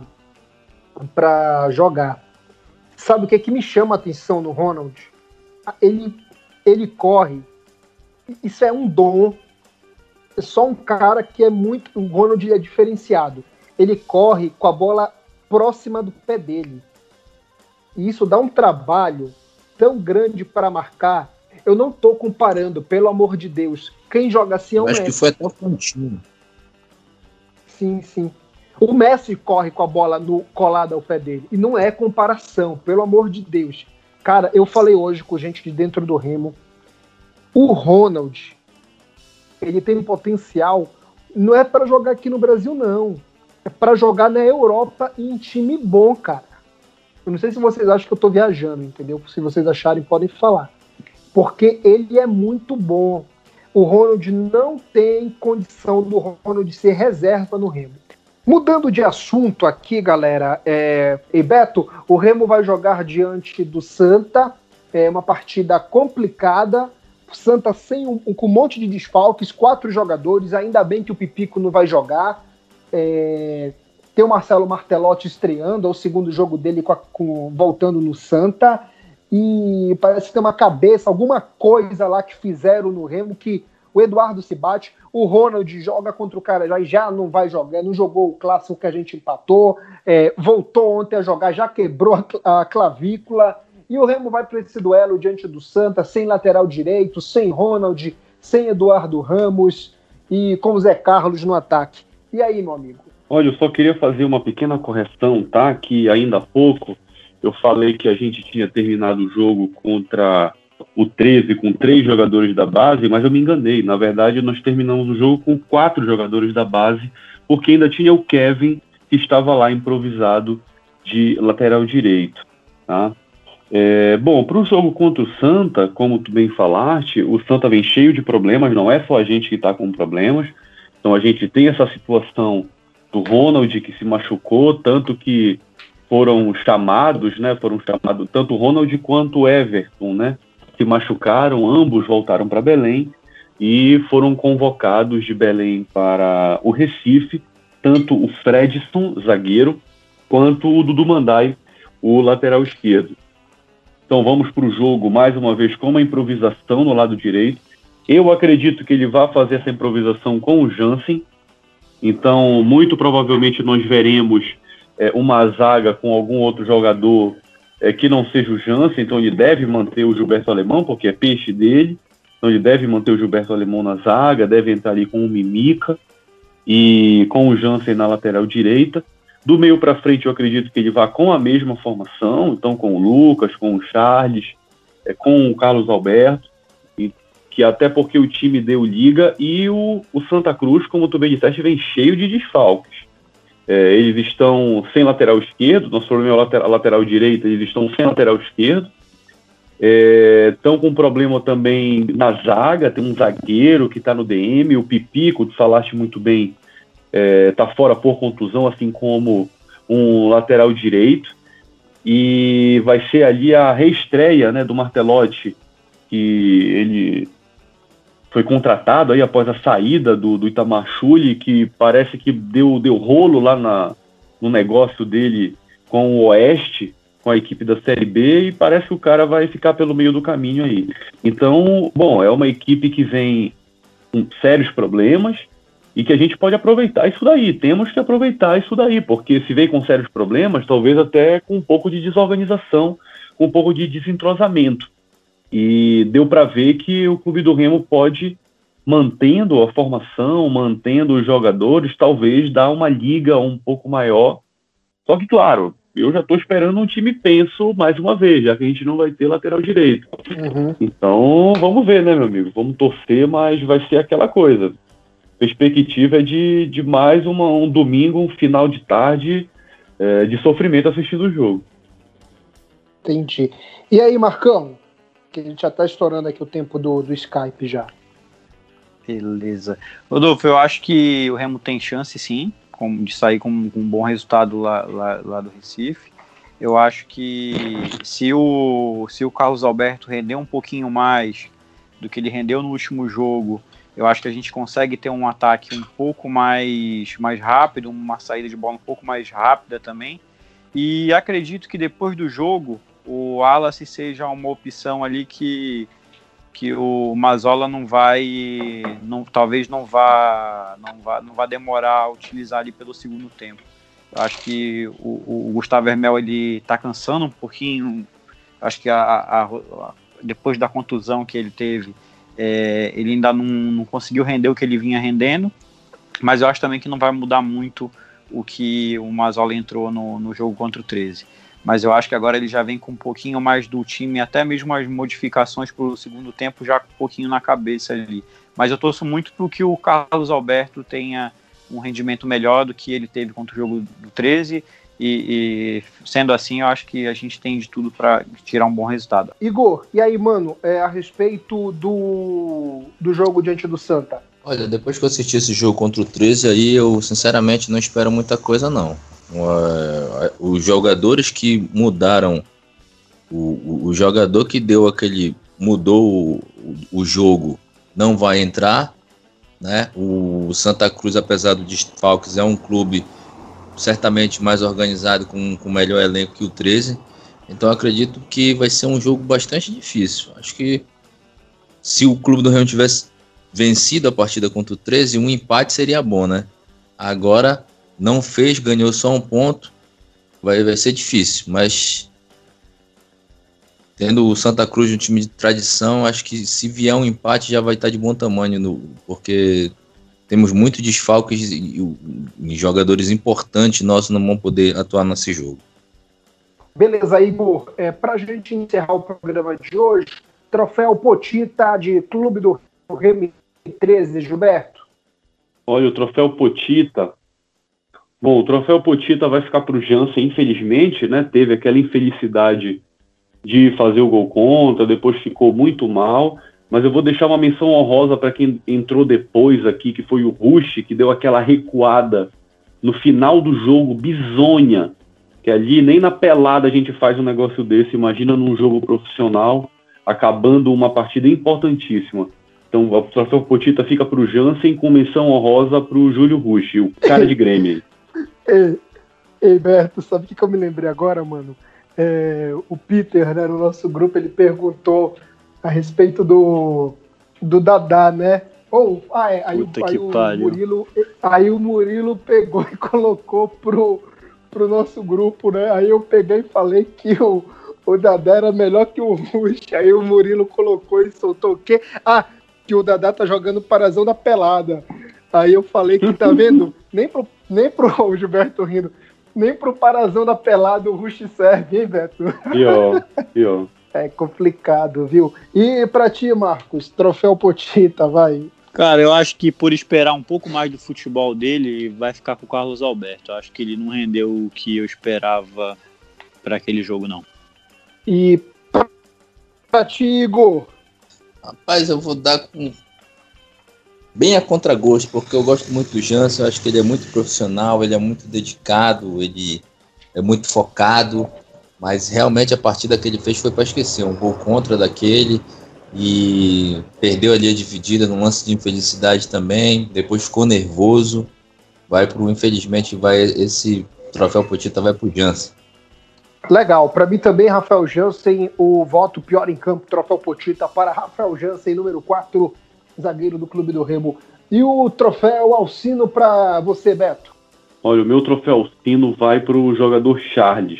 pra jogar. Sabe o que, é que me chama a atenção no Ronald? Ele, ele corre. Isso é um dom. É só um cara que é muito... O Ronald é diferenciado. Ele corre com a bola próxima do pé dele. E isso dá um trabalho tão grande para marcar. Eu não estou comparando, pelo amor de Deus. Quem joga assim é o Messi.
Acho que foi até o Fontinho.
Sim, sim. O Messi corre com a bola no, colada ao pé dele. E não é comparação, pelo amor de Deus. Cara, eu falei hoje com gente de dentro do Remo. O Ronald... ele tem um potencial, não é para jogar aqui no Brasil, não. É para jogar na Europa e em time bom, cara. Eu não sei se vocês acham que eu tô viajando, entendeu? Se vocês acharem, podem falar. Porque ele é muito bom. O Ronald não tem condição do Ronald ser reserva no Remo. Mudando de assunto aqui, galera, é... e Beto, o Remo vai jogar diante do Santa, é uma partida complicada. Santa sem um, com um monte de desfalques, quatro jogadores, ainda bem que o Pipico não vai jogar. É, tem o Marcelo Martelotti estreando, é o segundo jogo dele com a, com, voltando no Santa, e parece que tem uma cabeça, alguma coisa lá que fizeram no Remo, que o Eduardo se bate, o Ronald joga contra o cara, já, já não vai jogar, não jogou o clássico que a gente empatou, é, voltou ontem a jogar, já quebrou a, a clavícula. E o Remo vai para esse duelo diante do Santa, sem lateral direito, sem Ronald, sem Eduardo Ramos e com o Zé Carlos no ataque. E aí, meu amigo?
Olha, eu só queria fazer uma pequena correção, tá? Que ainda há pouco eu falei que a gente tinha terminado o jogo contra o treze com três jogadores da base, mas eu me enganei. Na verdade, nós terminamos o jogo com quatro jogadores da base, porque ainda tinha o Kevin, que estava lá improvisado de lateral direito, tá? É, bom, para o jogo contra o Santa, como tu bem falaste, o Santa vem cheio de problemas, não é só a gente que está com problemas. Então a gente tem essa situação do Ronald que se machucou, tanto que foram chamados, né? Foram chamados tanto o Ronald quanto o Everton, né? Se machucaram, ambos voltaram para Belém e foram convocados de Belém para o Recife, tanto o Fredson, zagueiro, quanto o Dudu Mandai, o lateral esquerdo. Então vamos para o jogo mais uma vez com uma improvisação no lado direito. Eu acredito que ele vai fazer essa improvisação com o Jansen. Então muito provavelmente nós veremos é, uma zaga com algum outro jogador é, que não seja o Jansen. Então ele deve manter o Gilberto Alemão, porque é peixe dele. Então ele deve manter o Gilberto Alemão na zaga, deve entrar ali com o Mimica e com o Jansen na lateral direita. Do meio para frente, eu acredito que ele vá com a mesma formação, então com o Lucas, com o Charles, é, com o Carlos Alberto, e, que até porque o time deu liga, e o, o Santa Cruz, como tu bem disseste, vem cheio de desfalques. É, eles estão sem lateral esquerdo, nosso problema é o lateral, lateral direito, eles estão sem lateral esquerdo, estão é, com problema também na zaga, tem um zagueiro que está no D M, o Pipico, tu falaste muito bem, está é, fora por contusão, assim como um lateral direito, e vai ser ali a reestreia, né, do Martelotti, que ele foi contratado aí após a saída do, do Itamar Schulli, que parece que deu, deu rolo lá na, no negócio dele com o Oeste, com a equipe da Série B, e parece que o cara vai ficar pelo meio do caminho aí. Então, bom, é uma equipe que vem com sérios problemas, e que a gente pode aproveitar isso daí, temos que aproveitar isso daí, porque se vem com sérios problemas, talvez até com um pouco de desorganização, com um pouco de desentrosamento. E deu para ver que o Clube do Remo pode, mantendo a formação, mantendo os jogadores, talvez dar uma liga um pouco maior. Só que, claro, eu já estou esperando um time penso mais uma vez, já que a gente não vai ter lateral direito. Uhum. Então, vamos ver, né, meu amigo? Vamos torcer, mas vai ser aquela coisa. Perspectiva é de, de mais uma, um domingo, um final de tarde é, de sofrimento assistindo o jogo.
Entendi. E aí, Marcão? Que a gente já está estourando aqui o tempo do, do Skype já.
Beleza. Rodolfo, eu acho que o Remo tem chance, sim, de sair com, com um bom resultado lá, lá, lá do Recife. Eu acho que se o, se o Carlos Alberto render um pouquinho mais do que ele rendeu no último jogo, eu acho que a gente consegue ter um ataque um pouco mais, mais rápido, uma saída de bola um pouco mais rápida também. E acredito que depois do jogo, o Wallace seja uma opção ali que, que o Mazzola não vai, não, talvez não vá, não vá, não vá demorar a utilizar ali pelo segundo tempo. Eu acho que o, o Gustavo Hermel ele está cansando um pouquinho. Acho que a, a, a, depois da contusão que ele teve, É, ele ainda não, não conseguiu render o que ele vinha rendendo, mas eu acho também que não vai mudar muito o que o Mazzola entrou no, no jogo contra o treze. Mas eu acho que agora ele já vem com um pouquinho mais do time, até mesmo as modificações para o segundo tempo já com um pouquinho na cabeça ali. Mas eu torço muito para que o Carlos Alberto tenha um rendimento melhor do que ele teve contra o jogo do treze, E, e sendo assim, eu acho que a gente tem de tudo para tirar um bom resultado.
Igor, e aí, mano, é, a respeito do, do jogo diante do Santa?
Olha, depois que eu assisti esse jogo contra o treze, aí eu sinceramente não espero muita coisa, não. Uh, os jogadores que mudaram, o, o, o jogador que deu aquele, mudou o, o jogo, não vai entrar, né? O Santa Cruz, apesar do desfalques, é um clube certamente mais organizado, com, com melhor elenco que o treze. Então acredito que vai ser um jogo bastante difícil. Acho que se o Clube do Remo tivesse vencido a partida contra o treze, um empate seria bom, né? Agora não fez, ganhou só um ponto, vai, vai ser difícil, mas tendo o Santa Cruz um time de tradição, acho que se vier um empate já vai estar de bom tamanho, no, porque temos muitos desfalques e, e, e jogadores importantes nossos não vão poder atuar nesse jogo.
Beleza, Igor. É, para a gente encerrar o programa de hoje, troféu Potita de Clube do Remo treze, Gilberto.
Olha, o troféu Potita. Bom, o troféu Potita vai ficar para o Jansen, infelizmente, né? Teve aquela infelicidade de fazer o gol contra, depois ficou muito mal. Mas eu vou deixar uma menção honrosa para quem entrou depois aqui, que foi o Rush, que deu aquela recuada no final do jogo, bizonha. Que ali nem na pelada a gente faz um negócio desse, imagina num jogo profissional, acabando uma partida importantíssima. Então o troféu Potita fica para o Jansen, com menção honrosa para o Júlio Rush, o cara de Grêmio.
Ei, ei, Berto, sabe o que, que eu me lembrei agora, mano? É, o Peter, né, no nosso grupo, ele perguntou a respeito do, do Dadá, né? Ou, ah, é, aí, aí, o Murilo, aí o Murilo pegou e colocou pro, pro nosso grupo, né? Aí eu peguei e falei que o, o Dadá era melhor que o Rush. Aí o Murilo colocou e soltou o quê? Ah, que o Dadá tá jogando Parazão da Pelada. Aí eu falei que, tá vendo? Nem pro, nem pro Gilberto rindo. Nem pro Parazão da Pelada o Rush serve, hein, Beto?
Pior, pior.
É complicado, viu? E pra ti, Marcos, troféu Potita, vai.
Cara, eu acho que por esperar um pouco mais do futebol dele, vai ficar com o Carlos Alberto. Eu acho que ele não rendeu o que eu esperava para aquele jogo, não.
E pra, pra ti, Igor?
Rapaz, eu vou dar com bem a contragosto, porque eu gosto muito do Jansen, eu acho que ele é muito profissional, ele é muito dedicado, ele é muito focado, mas realmente a partida que ele fez foi para esquecer, um gol contra daquele, e perdeu ali a dividida num lance de infelicidade também, depois ficou nervoso, vai pro, infelizmente, vai esse troféu Potita vai pro Jansen.
Legal, para mim também, Rafael Jansen, o voto pior em campo, troféu Potita para Rafael Jansen, número quatro, zagueiro do Clube do Remo. E o troféu Alcino para você, Beto?
Olha, o meu troféu Alcino vai pro jogador Charles,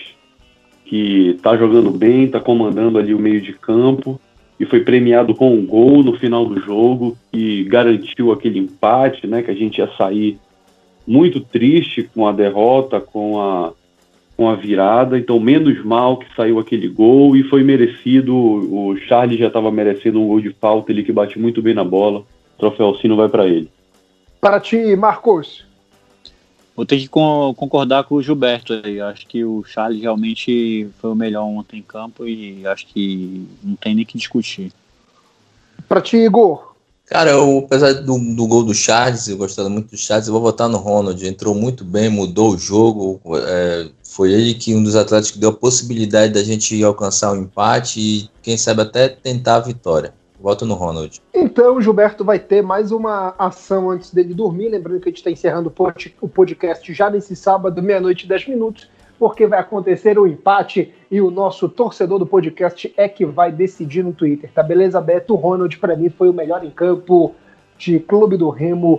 que tá jogando bem, tá comandando ali o meio de campo, e foi premiado com um gol no final do jogo, que garantiu aquele empate, né, que a gente ia sair muito triste com a derrota, com a, com a virada, então menos mal que saiu aquele gol, e foi merecido, o Charles já estava merecendo um gol de falta, ele que bate muito bem na bola, o troféu Alcino vai para ele.
Para ti, Marcos?
Vou ter que con- concordar com o Gilberto aí. Eu acho que o Charles realmente foi o melhor ontem em campo e acho que não tem nem que discutir.
Para ti, Igor?
Cara, eu, apesar do, do gol do Charles, eu gostando muito do Charles, eu vou votar no Ronald. Entrou muito bem, mudou o jogo. É, foi ele que um dos atletas que deu a possibilidade da gente alcançar o empate e, quem sabe, até tentar a vitória. Voto no Ronald.
Então, o Gilberto vai ter mais uma ação antes dele dormir. Lembrando que a gente está encerrando o podcast já nesse sábado, meia-noite e dez minutos, porque vai acontecer o empate e o nosso torcedor do podcast é que vai decidir no Twitter, tá beleza, Beto? O Ronald, para mim, foi o melhor em campo de Clube do Remo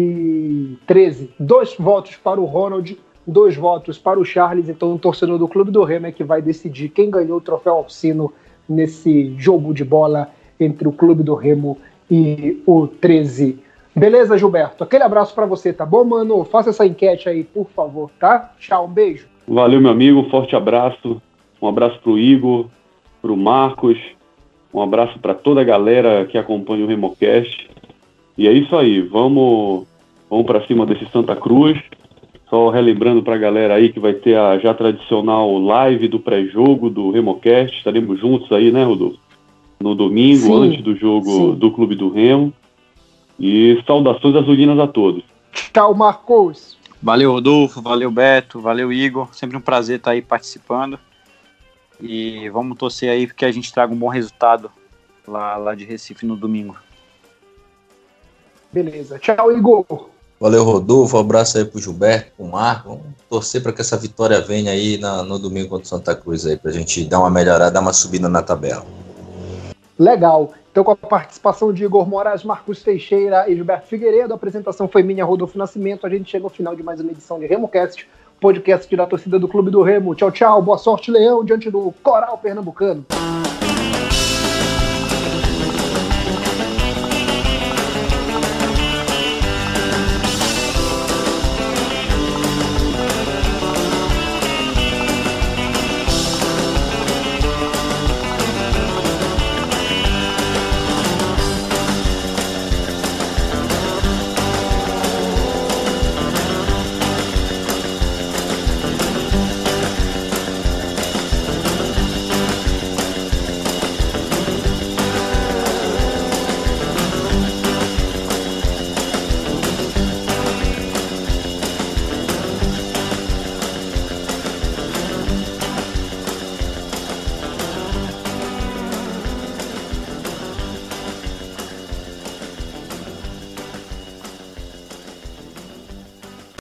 e treze. Dois votos para o Ronald, dois votos para o Charles. Então, o torcedor do Clube do Remo é que vai decidir quem ganhou o troféu Alcino nesse jogo de bola entre o Clube do Remo e o treze. Beleza, Gilberto? Aquele abraço para você, tá bom, mano? Faça essa enquete aí, por favor, tá? Tchau, um beijo.
Valeu, meu amigo, um forte abraço. Um abraço pro Igor, pro Marcos, um abraço para toda a galera que acompanha o RemoCast. E é isso aí, vamos, vamos para cima desse Santa Cruz. Só relembrando para a galera aí que vai ter a já tradicional live do pré-jogo do RemoCast. Estaremos juntos aí, né, Rodolfo? No domingo, sim, antes do jogo sim. do Clube do Remo. E saudações azulinas a todos.
Tchau, Marcos.
Valeu, Rodolfo, valeu, Beto, valeu, Igor. Sempre um prazer estar aí participando. E vamos torcer aí que a gente traga um bom resultado lá, lá de Recife no domingo.
Beleza. Tchau, Igor.
Valeu, Rodolfo. Um abraço aí pro Gilberto, pro Marco. Vamos torcer para que essa vitória venha aí na, no domingo contra o Santa Cruz aí, pra gente dar uma melhorada, dar uma subida na tabela.
Legal. Então, com a participação de Igor Moraes, Marcos Teixeira e Gilberto Figueiredo, a apresentação foi minha, Rodolfo Nascimento. A gente chega ao final de mais uma edição de RemoCast, podcast da torcida do Clube do Remo. Tchau, tchau. Boa sorte, Leão, diante do Coral Pernambucano.